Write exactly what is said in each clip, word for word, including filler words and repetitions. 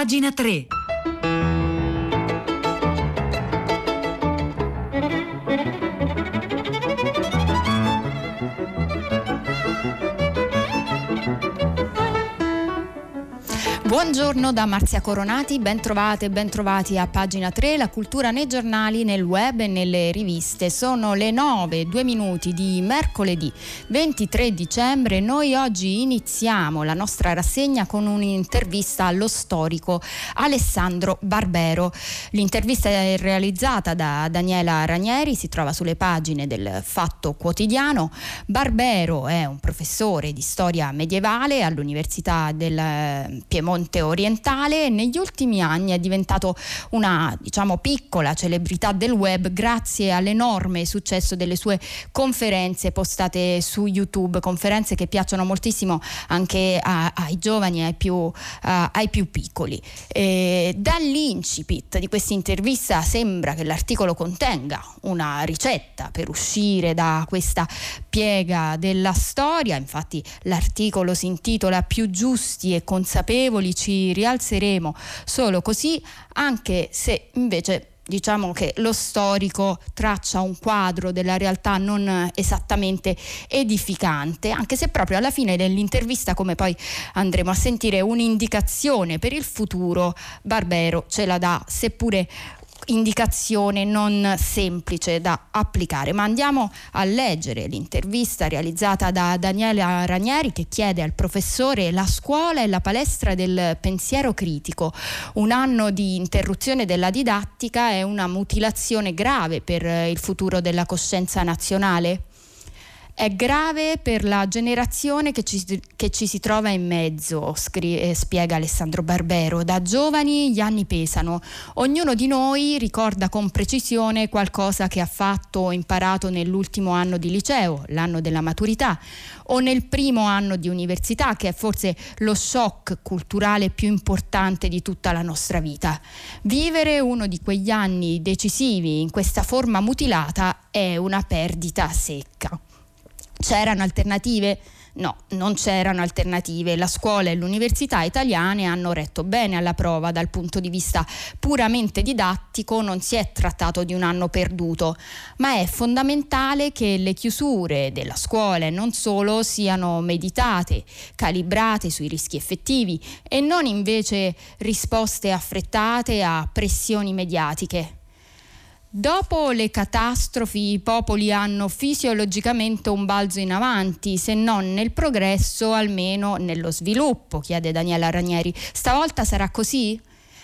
Pagina tre. Buongiorno da Marzia Coronati, ben trovate e ben trovati a Pagina tre, la cultura nei giornali, nel web e nelle riviste. Sono le nove e due minuti di mercoledì ventitré dicembre. Noi oggi iniziamo la nostra rassegna con un'intervista allo storico Alessandro Barbero. L'intervista è realizzata da Daniela Ranieri, si trova sulle pagine del Fatto Quotidiano. Barbero è un professore di storia medievale all'Università del Piemonte orientale e negli ultimi anni è diventato una, diciamo, piccola celebrità del web grazie all'enorme successo delle sue conferenze postate su YouTube, conferenze che piacciono moltissimo anche a, ai giovani e ai più, uh, ai più piccoli. E dall'incipit di questa intervista sembra che l'articolo contenga una ricetta per uscire da questa piega della storia. Infatti l'articolo si intitola "Più giusti e consapevoli ci rialzeremo solo così", anche se invece diciamo che lo storico traccia un quadro della realtà non esattamente edificante, anche se proprio alla fine dell'intervista, come poi andremo a sentire, un'indicazione per il futuro Barbero ce la dà, seppure indicazione non semplice da applicare. Ma andiamo a leggere l'intervista realizzata da Daniela Ranieri, che chiede al professore: la scuola è la palestra del pensiero critico. Un anno di interruzione della didattica è una mutilazione grave per il futuro della coscienza nazionale? È grave per la generazione che ci, che ci si trova in mezzo, scri- eh, spiega Alessandro Barbero. Da giovani gli anni pesano. Ognuno di noi ricorda con precisione qualcosa che ha fatto o imparato nell'ultimo anno di liceo, l'anno della maturità, o nel primo anno di università, che è forse lo shock culturale più importante di tutta la nostra vita. Vivere uno di quegli anni decisivi in questa forma mutilata è una perdita secca. C'erano alternative? No, non c'erano alternative. La scuola e l'università italiane hanno retto bene alla prova. Dal punto di vista puramente didattico non si è trattato di un anno perduto, ma è fondamentale che le chiusure della scuola e non solo siano meditate, calibrate sui rischi effettivi e non invece risposte affrettate a pressioni mediatiche. Dopo le catastrofi i popoli hanno fisiologicamente un balzo in avanti, se non nel progresso almeno nello sviluppo, chiede Daniela Ranieri. Stavolta sarà così?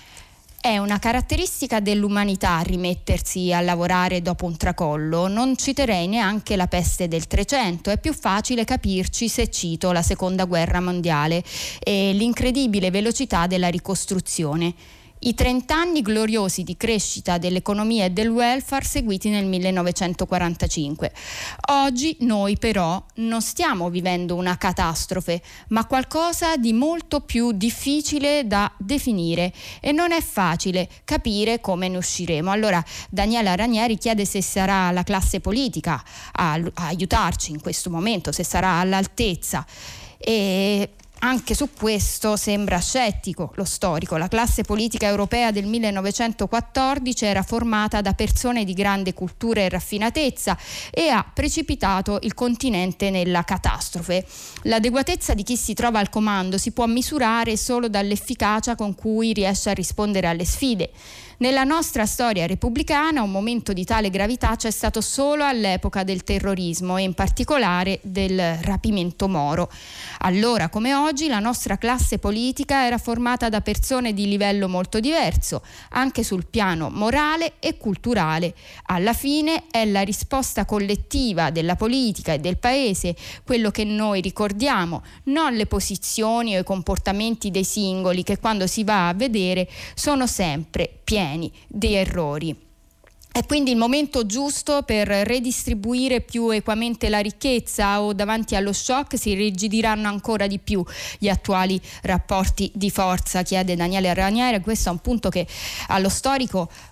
È una caratteristica dell'umanità rimettersi a lavorare dopo un tracollo. Non citerei neanche la peste del Trecento, è più facile capirci se cito la Seconda Guerra Mondiale e l'incredibile velocità della ricostruzione. I trent'anni gloriosi di crescita dell'economia e del welfare seguiti nel millenovecentoquarantacinque. Oggi noi però non stiamo vivendo una catastrofe, ma qualcosa di molto più difficile da definire e non è facile capire come ne usciremo. Allora Daniela Ranieri chiede se sarà la classe politica a, a aiutarci in questo momento, se sarà all'altezza, e anche su questo sembra scettico lo storico. La classe politica europea del millenovecentoquattordici era formata da persone di grande cultura e raffinatezza e ha precipitato il continente nella catastrofe. L'adeguatezza di chi si trova al comando si può misurare solo dall'efficacia con cui riesce a rispondere alle sfide. Nella nostra storia repubblicana un momento di tale gravità c'è stato solo all'epoca del terrorismo e in particolare del rapimento Moro. Allora come oggi la nostra classe politica era formata da persone di livello molto diverso, anche sul piano morale e culturale. Alla fine è la risposta collettiva della politica e del paese quello che noi ricordiamo, non le posizioni o i comportamenti dei singoli che quando si va a vedere sono sempre pieni di errori. È quindi il momento giusto per redistribuire più equamente la ricchezza o davanti allo shock si irrigidiranno ancora di più gli attuali rapporti di forza, chiede Daniele Ranieri. Questo è un punto che allo storico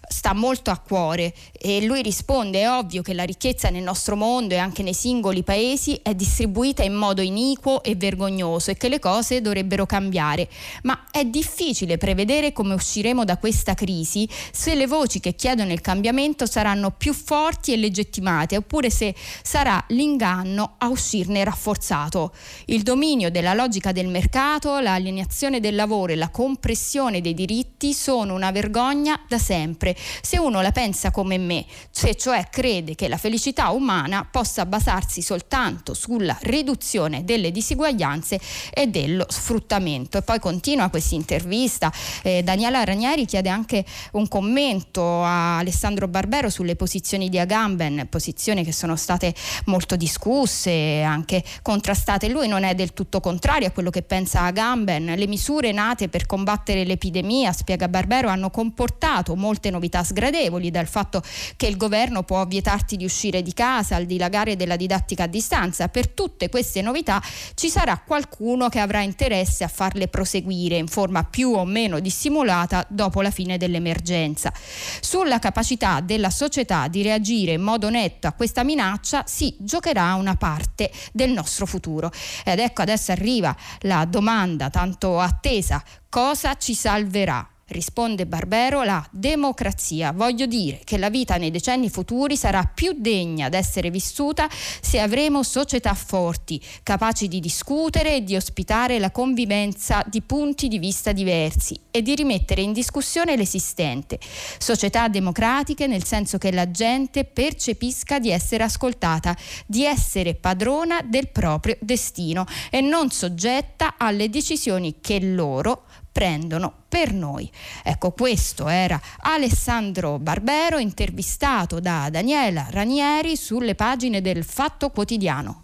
sta molto a cuore, e lui risponde: è ovvio che la ricchezza nel nostro mondo e anche nei singoli paesi è distribuita in modo iniquo e vergognoso e che le cose dovrebbero cambiare, ma è difficile prevedere come usciremo da questa crisi, se le voci che chiedono il cambiamento saranno più forti e legittimate, oppure se sarà l'inganno a uscirne rafforzato. Il dominio della logica del mercato, l'alienazione del lavoro e la compressione dei diritti sono una vergogna da sempre, se uno la pensa come me, se cioè crede che la felicità umana possa basarsi soltanto sulla riduzione delle disuguaglianze e dello sfruttamento. E poi continua questa intervista. eh, Daniela Ranieri chiede anche un commento a Alessandro Barbero sulle posizioni di Agamben, posizioni che sono state molto discusse e anche contrastate. Lui non è del tutto contrario a quello che pensa Agamben. Le misure nate per combattere l'epidemia, spiega Barbero, hanno comportato molte novità sgradevoli, dal fatto che il governo può vietarti di uscire di casa, al dilagare della didattica a distanza. Per tutte queste novità ci sarà qualcuno che avrà interesse a farle proseguire in forma più o meno dissimulata dopo la fine dell'emergenza. Sulla capacità della società di reagire in modo netto a questa minaccia si giocherà una parte del nostro futuro. Ed ecco, adesso arriva la domanda tanto attesa: cosa ci salverà? Risponde Barbero: la democrazia. Voglio dire che la vita nei decenni futuri sarà più degna d'essere vissuta se avremo società forti, capaci di discutere e di ospitare la convivenza di punti di vista diversi e di rimettere in discussione l'esistente. Società democratiche nel senso che la gente percepisca di essere ascoltata, di essere padrona del proprio destino e non soggetta alle decisioni che loro prendono per noi. Ecco, questo era Alessandro Barbero, intervistato da Daniela Ranieri sulle pagine del Fatto Quotidiano.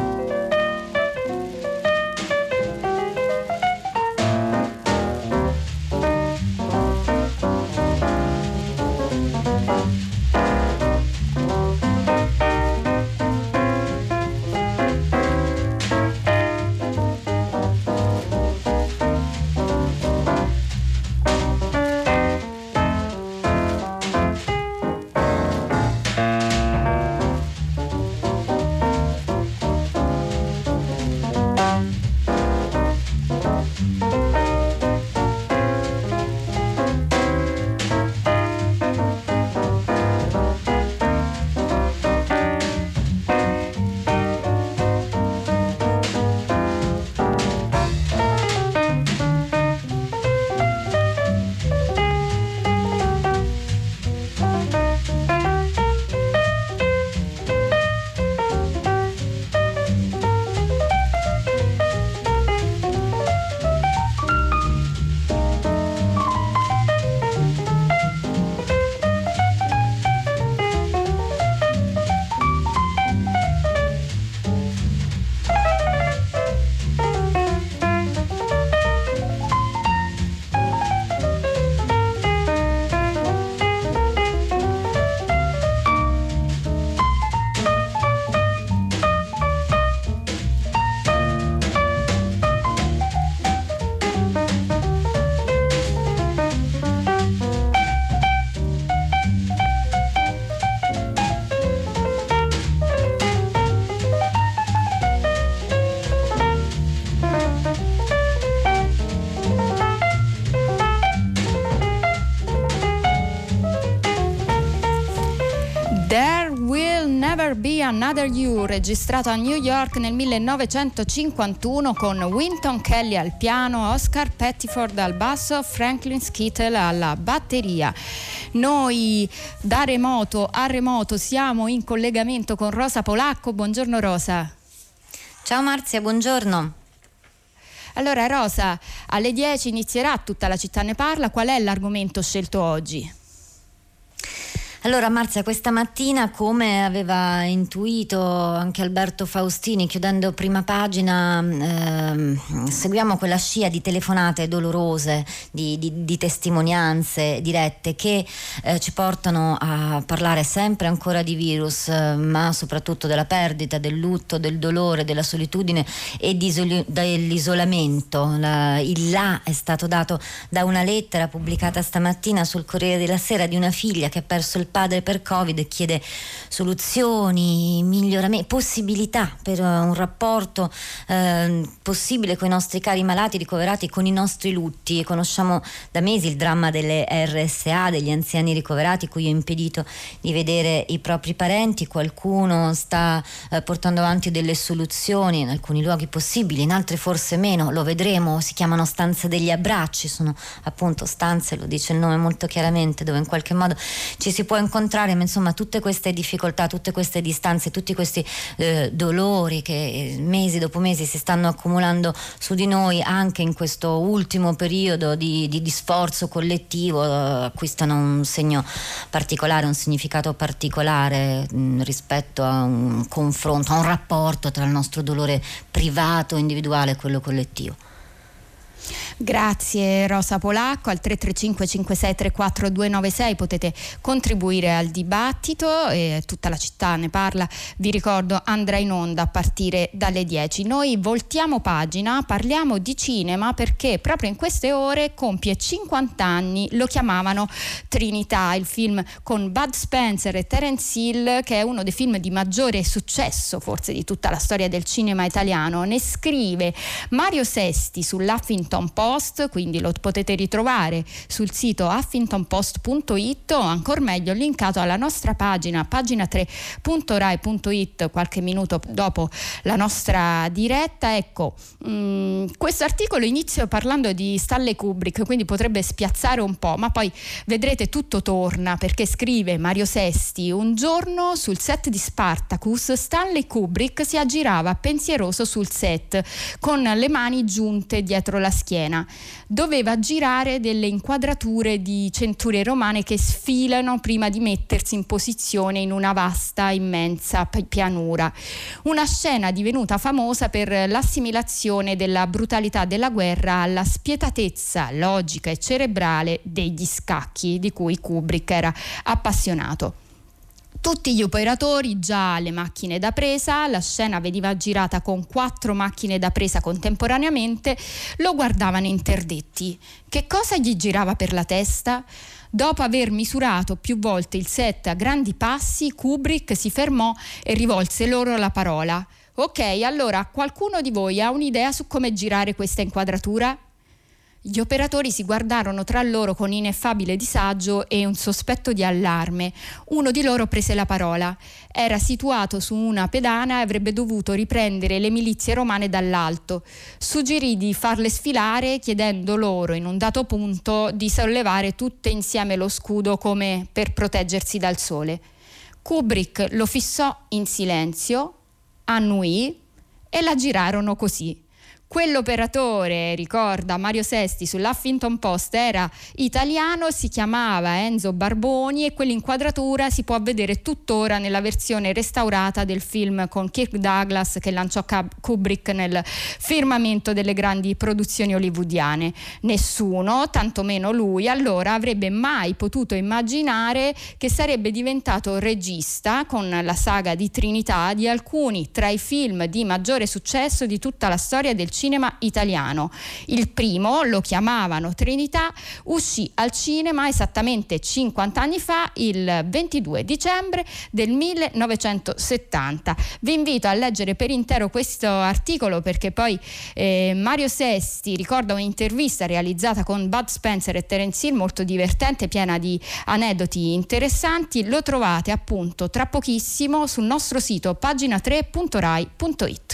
Be Another You, registrato a New York nel millenovecentocinquantuno con Wynton Kelly al piano, Oscar Pettiford al basso, Franklin Skittle alla batteria. Noi da remoto a remoto siamo in collegamento con Rosa Polacco. Buongiorno Rosa. Ciao Marzia, buongiorno. Allora Rosa, alle dieci inizierà Tutta la città ne parla. Qual è l'argomento scelto oggi? Allora Marzia, questa mattina, come aveva intuito anche Alberto Faustini chiudendo Prima Pagina, ehm, seguiamo quella scia di telefonate dolorose, di, di, di testimonianze dirette che eh, ci portano a parlare sempre ancora di virus, eh, ma soprattutto della perdita, del lutto, del dolore, della solitudine e di isoli- dell'isolamento. La, il là è stato dato da una lettera pubblicata stamattina sul Corriere della Sera di una figlia che ha perso il padre per Covid e chiede soluzioni, miglioramenti, possibilità per un rapporto eh, possibile con i nostri cari malati ricoverati, con i nostri lutti. Conosciamo da mesi il dramma delle R S A, degli anziani ricoverati cui è impedito di vedere i propri parenti. Qualcuno sta eh, portando avanti delle soluzioni in alcuni luoghi possibili, in altri forse meno, lo vedremo. Si chiamano stanze degli abbracci, sono appunto stanze, lo dice il nome molto chiaramente, dove in qualche modo ci si può incontrare, ma insomma tutte queste difficoltà, tutte queste distanze, tutti questi eh, dolori che mesi dopo mesi si stanno accumulando su di noi, anche in questo ultimo periodo di, di, di sforzo collettivo, eh, acquistano un segno particolare, un significato particolare mh, rispetto a un confronto, a un rapporto tra il nostro dolore privato, individuale e quello collettivo. Grazie Rosa Polacco. Al tre tre cinque cinque sei tre quattro due nove sei potete contribuire al dibattito e tutta la città ne parla. Vi ricordo, andrà in onda a partire dalle dieci. Noi voltiamo pagina, parliamo di cinema perché proprio in queste ore compie cinquanta anni Lo chiamavano Trinità, il film con Bud Spencer e Terence Hill, che è uno dei film di maggiore successo forse di tutta la storia del cinema italiano. Ne scrive Mario Sesti sull'Huffington Post, quindi lo potete ritrovare sul sito huffington post punto it o ancor meglio linkato alla nostra pagina pagina tre punto rai punto it qualche minuto dopo la nostra diretta. Ecco, mh, questo articolo inizio parlando di Stanley Kubrick, quindi potrebbe spiazzare un po', ma poi vedrete tutto torna, perché scrive Mario Sesti: un giorno sul set di Spartacus Stanley Kubrick si aggirava pensieroso sul set con le mani giunte dietro la schiena. Doveva girare delle inquadrature di centurie romane che sfilano prima di mettersi in posizione in una vasta, immensa pianura. Una scena divenuta famosa per l'assimilazione della brutalità della guerra alla spietatezza logica e cerebrale degli scacchi, di cui Kubrick era appassionato. Tutti gli operatori già alle macchine da presa, la scena veniva girata con quattro macchine da presa contemporaneamente, lo guardavano interdetti. Che cosa gli girava per la testa? Dopo aver misurato più volte il set a grandi passi, Kubrick si fermò e rivolse loro la parola. Ok, allora qualcuno di voi ha un'idea su come girare questa inquadratura? Gli operatori si guardarono tra loro con ineffabile disagio e un sospetto di allarme. Uno di loro prese la parola. Era situato su una pedana e avrebbe dovuto riprendere le milizie romane dall'alto. Suggerì di farle sfilare, chiedendo loro in un dato punto di sollevare tutte insieme lo scudo come per proteggersi dal sole. Kubrick lo fissò in silenzio, annuì e la girarono così. Quell'operatore, ricorda Mario Sesti sull'Huffington Post, era italiano, si chiamava Enzo Barboni e quell'inquadratura si può vedere tuttora nella versione restaurata del film con Kirk Douglas che lanciò Kubrick nel firmamento delle grandi produzioni hollywoodiane. Nessuno, tantomeno lui, allora avrebbe mai potuto immaginare che sarebbe diventato regista con la saga di Trinità di alcuni tra i film di maggiore successo di tutta la storia del cinema italiano. Il primo, Lo chiamavano Trinità, uscì al cinema esattamente cinquanta anni fa, il ventidue dicembre del millenovecentosettanta. Vi invito a leggere per intero questo articolo perché poi eh, Mario Sesti ricorda un'intervista realizzata con Bud Spencer e Terence Hill molto divertente, piena di aneddoti interessanti. Lo trovate appunto tra pochissimo sul nostro sito pagina tre punto rai punto it.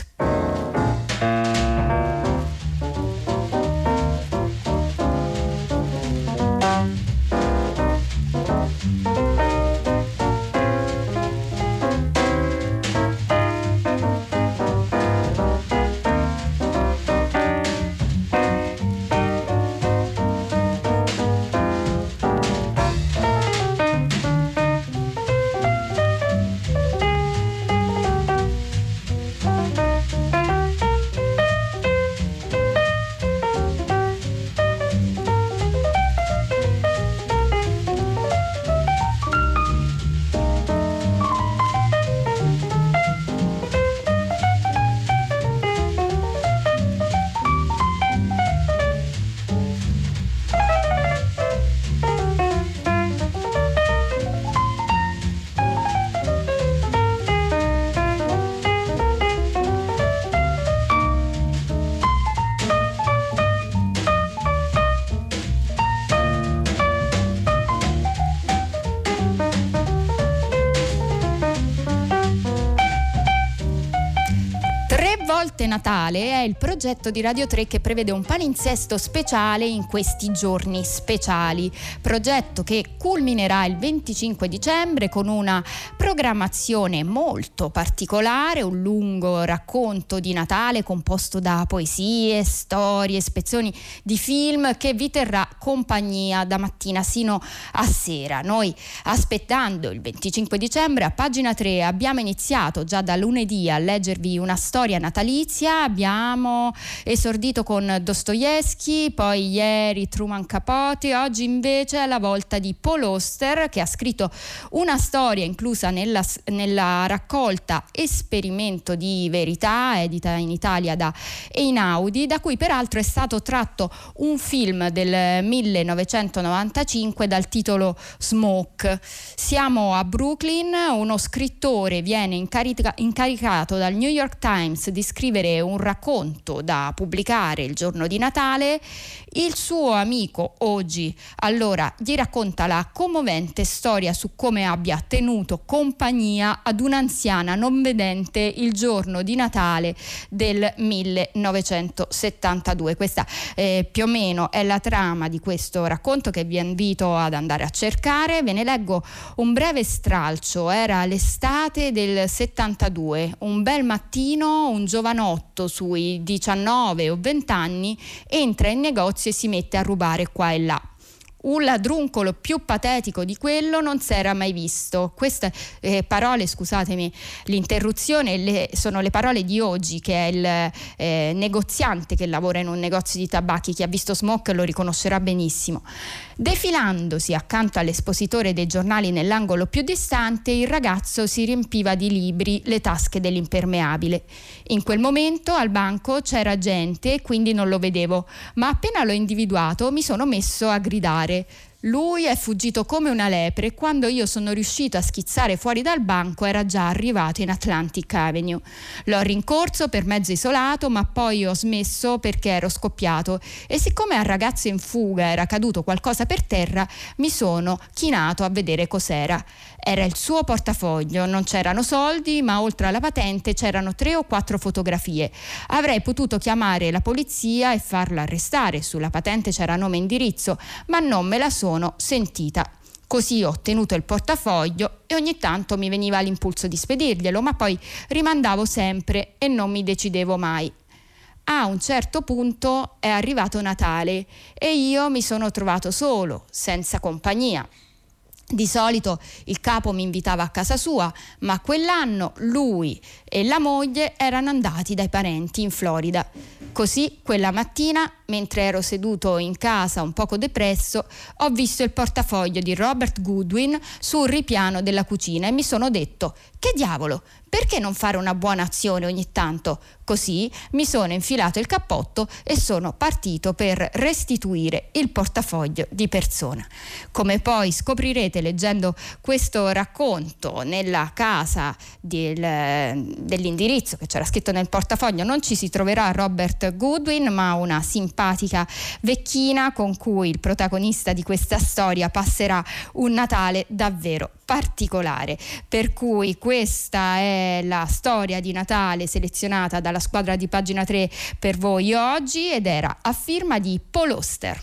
Notte Natale è il progetto di Radio tre che prevede un palinsesto speciale in questi giorni speciali, progetto che culminerà il venticinque dicembre con una programmazione molto particolare, un lungo racconto di Natale composto da poesie, storie, spezzoni di film che vi terrà compagnia da mattina sino a sera. Noi, aspettando il venticinque dicembre, a Pagina tre abbiamo iniziato già da lunedì a leggervi una storia natalizia. Abbiamo esordito con Dostoevsky, poi ieri Truman Capote, oggi invece è la volta di Paul Auster, che ha scritto una storia inclusa nella, nella raccolta Esperimento di verità, edita in Italia da Einaudi, da cui peraltro è stato tratto un film del millenovecentonovantacinque dal titolo Smoke. Siamo a Brooklyn, uno scrittore viene incarica- incaricato dal New York Times di scrivere un racconto da pubblicare il giorno di Natale. Il suo amico Ogi allora gli racconta la commovente storia su come abbia tenuto compagnia ad un'anziana non vedente il giorno di Natale del millenovecentosettantadue. Questa eh, più o meno è la trama di questo racconto che vi invito ad andare a cercare. Ve ne leggo un breve stralcio. Era l'estate del settantadue, un bel mattino un giovanotto sui diciannove o venti anni entra in negozio e si mette a rubare qua e là. Un ladruncolo più patetico di quello non si era mai visto. Queste eh, parole, scusatemi l'interruzione, le, sono le parole di Ogi, che è il eh, negoziante che lavora in un negozio di tabacchi. Chi ha visto Smoke lo riconoscerà benissimo. Defilandosi accanto all'espositore dei giornali nell'angolo più distante, il ragazzo si riempiva di libri le tasche dell'impermeabile. In quel momento al banco c'era gente e quindi non lo vedevo, ma appena l'ho individuato mi sono messo a gridare. Lui è fuggito come una lepre e quando io sono riuscito a schizzare fuori dal banco era già arrivato in Atlantic Avenue. L'ho rincorso per mezzo isolato, ma poi ho smesso perché ero scoppiato e siccome al ragazzo in fuga era caduto qualcosa per terra, mi sono chinato a vedere cos'era. Era il suo portafoglio, non c'erano soldi, ma oltre alla patente c'erano tre o quattro fotografie. Avrei potuto chiamare la polizia e farla arrestare, sulla patente c'era nome e indirizzo, ma non me la sono sentita. Così ho tenuto il portafoglio e ogni tanto mi veniva l'impulso di spedirglielo, ma poi rimandavo sempre e non mi decidevo mai. A un certo punto è arrivato Natale e io mi sono trovato solo, senza compagnia. Di solito il capo mi invitava a casa sua, ma quell'anno lui e la moglie erano andati dai parenti in Florida. Così quella mattina, mentre ero seduto in casa un poco depresso, ho visto il portafoglio di Robert Goodwin sul ripiano della cucina e mi sono detto: che diavolo, perché non fare una buona azione ogni tanto? Così mi sono infilato il cappotto e sono partito per restituire il portafoglio di persona. Come poi scoprirete leggendo questo racconto, nella casa del, dell'indirizzo che c'era scritto nel portafoglio non ci si troverà Robert Goodwin, ma una simpatica vecchina con cui il protagonista di questa storia passerà un Natale davvero particolare. Per cui questa è la storia di Natale selezionata dalla squadra di Pagina tre per voi oggi ed era a firma di Paul Auster.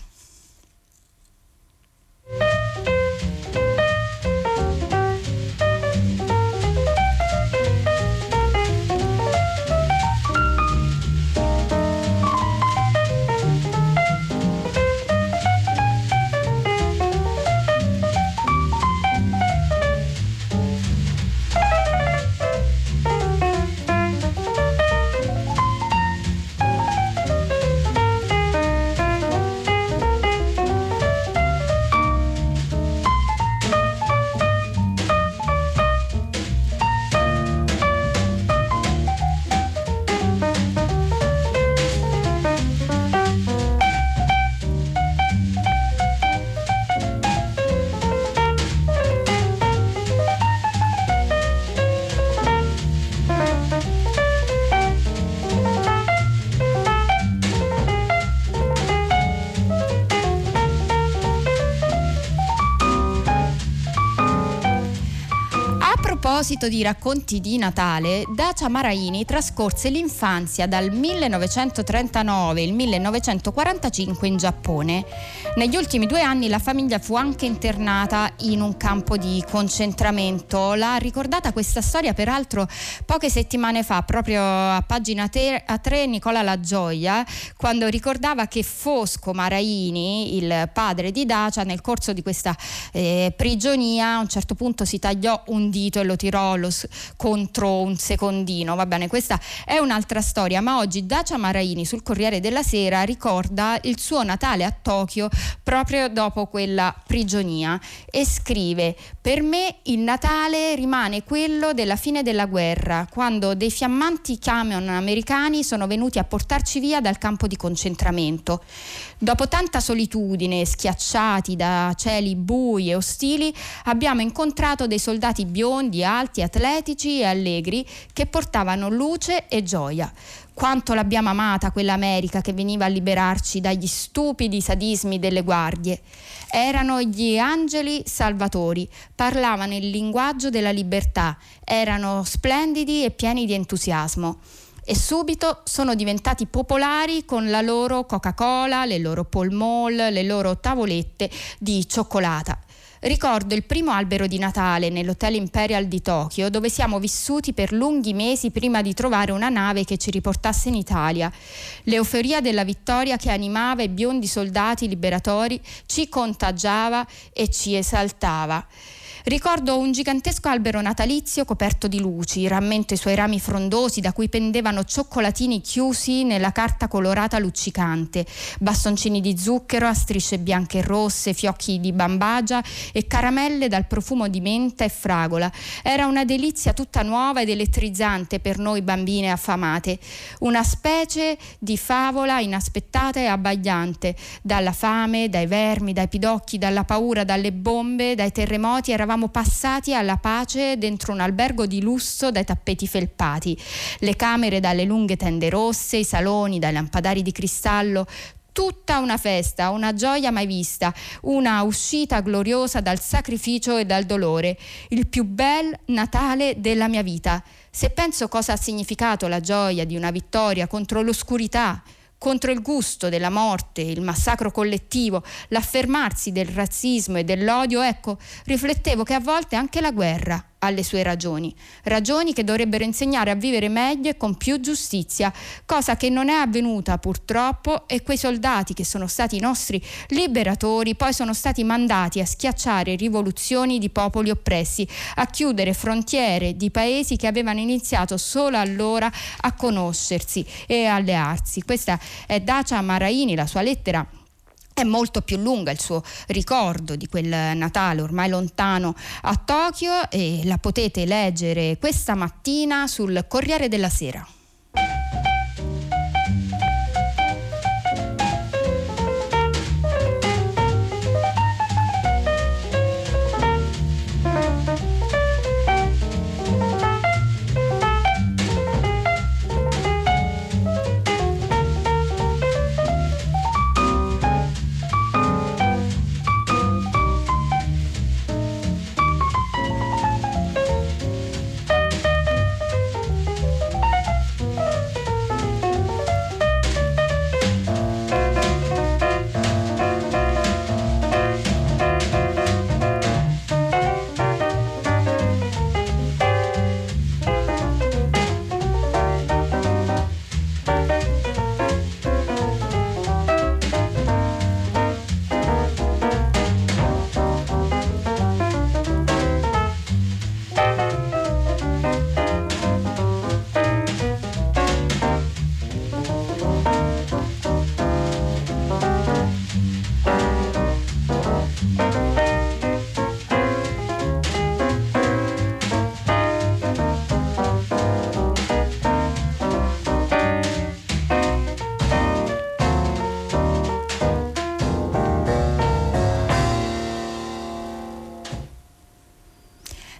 proposito di racconti di Natale, Dacia Maraini trascorse l'infanzia dal millenovecentotrentanove al millenovecentoquarantacinque in Giappone. Negli ultimi due anni la famiglia fu anche internata in un campo di concentramento. L'ha ricordata questa storia peraltro poche settimane fa, proprio a pagina tre, Nicola La Gioia, quando ricordava che Fosco Maraini, il padre di Dacia, nel corso di questa eh, prigionia a un certo punto si tagliò un dito e lo tirò lo, contro un secondino. Va bene, questa è un'altra storia, ma oggi Dacia Maraini sul Corriere della Sera ricorda il suo Natale a Tokyo proprio dopo quella prigionia e scrive: per me il Natale rimane quello della fine della guerra, quando dei fiammanti camion americani sono venuti a portarci via dal campo di concentramento. Dopo tanta solitudine, schiacciati da cieli bui e ostili, abbiamo incontrato dei soldati biondi, alti, atletici e allegri che portavano luce e gioia. Quanto l'abbiamo amata quell'America che veniva a liberarci dagli stupidi sadismi delle guardie. Erano gli angeli salvatori, parlavano il linguaggio della libertà, erano splendidi e pieni di entusiasmo. E subito sono diventati popolari con la loro Coca-Cola, le loro Pall Mall, le loro tavolette di cioccolata. Ricordo il primo albero di Natale nell'Hotel Imperial di Tokyo, dove siamo vissuti per lunghi mesi prima di trovare una nave che ci riportasse in Italia. L'euforia della vittoria che animava i biondi soldati liberatori ci contagiava e ci esaltava. Ricordo un gigantesco albero natalizio coperto di luci, rammento i suoi rami frondosi da cui pendevano cioccolatini chiusi nella carta colorata luccicante, bastoncini di zucchero a strisce bianche e rosse, fiocchi di bambagia e caramelle dal profumo di menta e fragola. Era una delizia tutta nuova ed elettrizzante per noi bambine affamate, una specie di favola inaspettata e abbagliante. Dalla fame, dai vermi, dai pidocchi, dalla paura, dalle bombe, dai terremoti eravamo passati alla pace dentro un albergo di lusso dai tappeti felpati, le camere dalle lunghe tende rosse, i saloni dai lampadari di cristallo. Tutta una festa, una gioia mai vista, una uscita gloriosa dal sacrificio e dal dolore, il più bel Natale della mia vita. Se penso cosa ha significato la gioia di una vittoria contro l'oscurità, contro il gusto della morte, il massacro collettivo, l'affermarsi del razzismo e dell'odio, ecco, riflettevo che a volte anche la guerra ha le sue ragioni, ragioni che dovrebbero insegnare a vivere meglio e con più giustizia, cosa che non è avvenuta purtroppo, e quei soldati che sono stati i nostri liberatori poi sono stati mandati a schiacciare rivoluzioni di popoli oppressi, a chiudere frontiere di paesi che avevano iniziato solo allora a conoscersi e allearsi. Questa è Dacia Maraini, la sua lettera è molto più lunga, il suo ricordo di quel Natale ormai lontano a Tokyo, e la potete leggere questa mattina sul Corriere della Sera.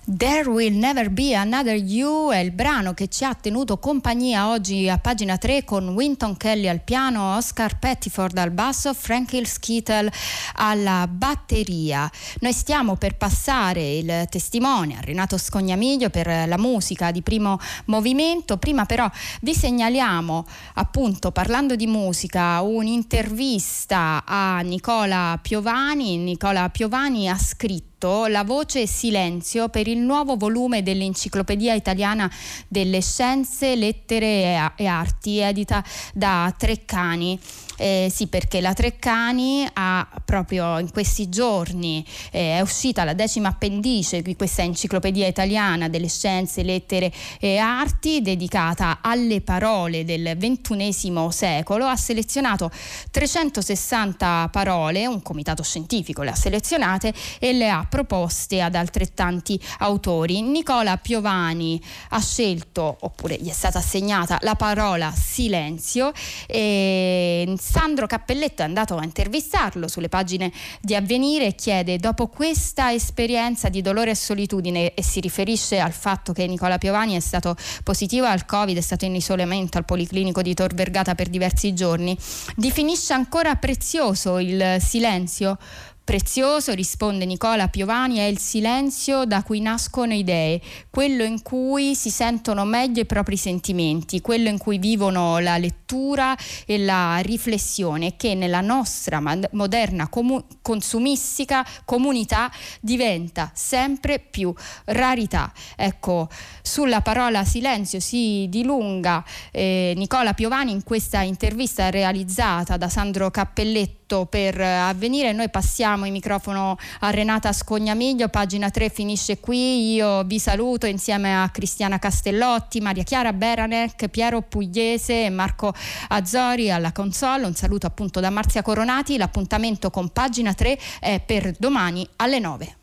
There Will Never Be Another You è il brano che ci ha tenuto compagnia oggi a pagina tre, con Wynton Kelly al piano, Oscar Pettiford al basso, Frankie Skeetel alla batteria. Noi stiamo per passare il testimone a Renato Scognamiglio per la musica di Primo Movimento. Prima però vi segnaliamo, appunto parlando di musica, un'intervista a Nicola Piovani. Nicola Piovani ha scritto La voce silenzio per il nuovo volume dell'Enciclopedia Italiana delle Scienze, Lettere e Arti, edita da Treccani. Eh, sì, perché la Treccani ha proprio in questi giorni eh, è uscita la decima appendice di questa Enciclopedia Italiana delle Scienze, Lettere e Arti, dedicata alle parole del ventunesimo secolo. Ha selezionato trecentosessanta parole, un comitato scientifico le ha selezionate e le ha proposte ad altrettanti autori. Nicola Piovani ha scelto, oppure gli è stata assegnata, la parola silenzio, e Sandro Cappelletto è andato a intervistarlo sulle pagine di Avvenire e chiede: dopo questa esperienza di dolore e solitudine, e si riferisce al fatto che Nicola Piovani è stato positivo al Covid, è stato in isolamento al Policlinico di Tor Vergata per diversi giorni, definisce ancora prezioso il silenzio? Prezioso, risponde Nicola Piovani, è il silenzio da cui nascono idee, quello in cui si sentono meglio i propri sentimenti, quello in cui vivono la lettura e la riflessione, che nella nostra moderna comu- consumistica comunità diventa sempre più rarità. Ecco, sulla parola silenzio si dilunga eh, Nicola Piovani in questa intervista realizzata da Sandro Cappelletto per Avvenire. Noi passiamo il microfono a Renata Scognamiglio. Pagina tre finisce qui. Io vi saluto insieme a Cristiana Castellotti, Maria Chiara Beranec, Piero Pugliese e Marco Azzori alla console. Un saluto appunto da Marzia Coronati. L'appuntamento con Pagina tre è per domani alle nove.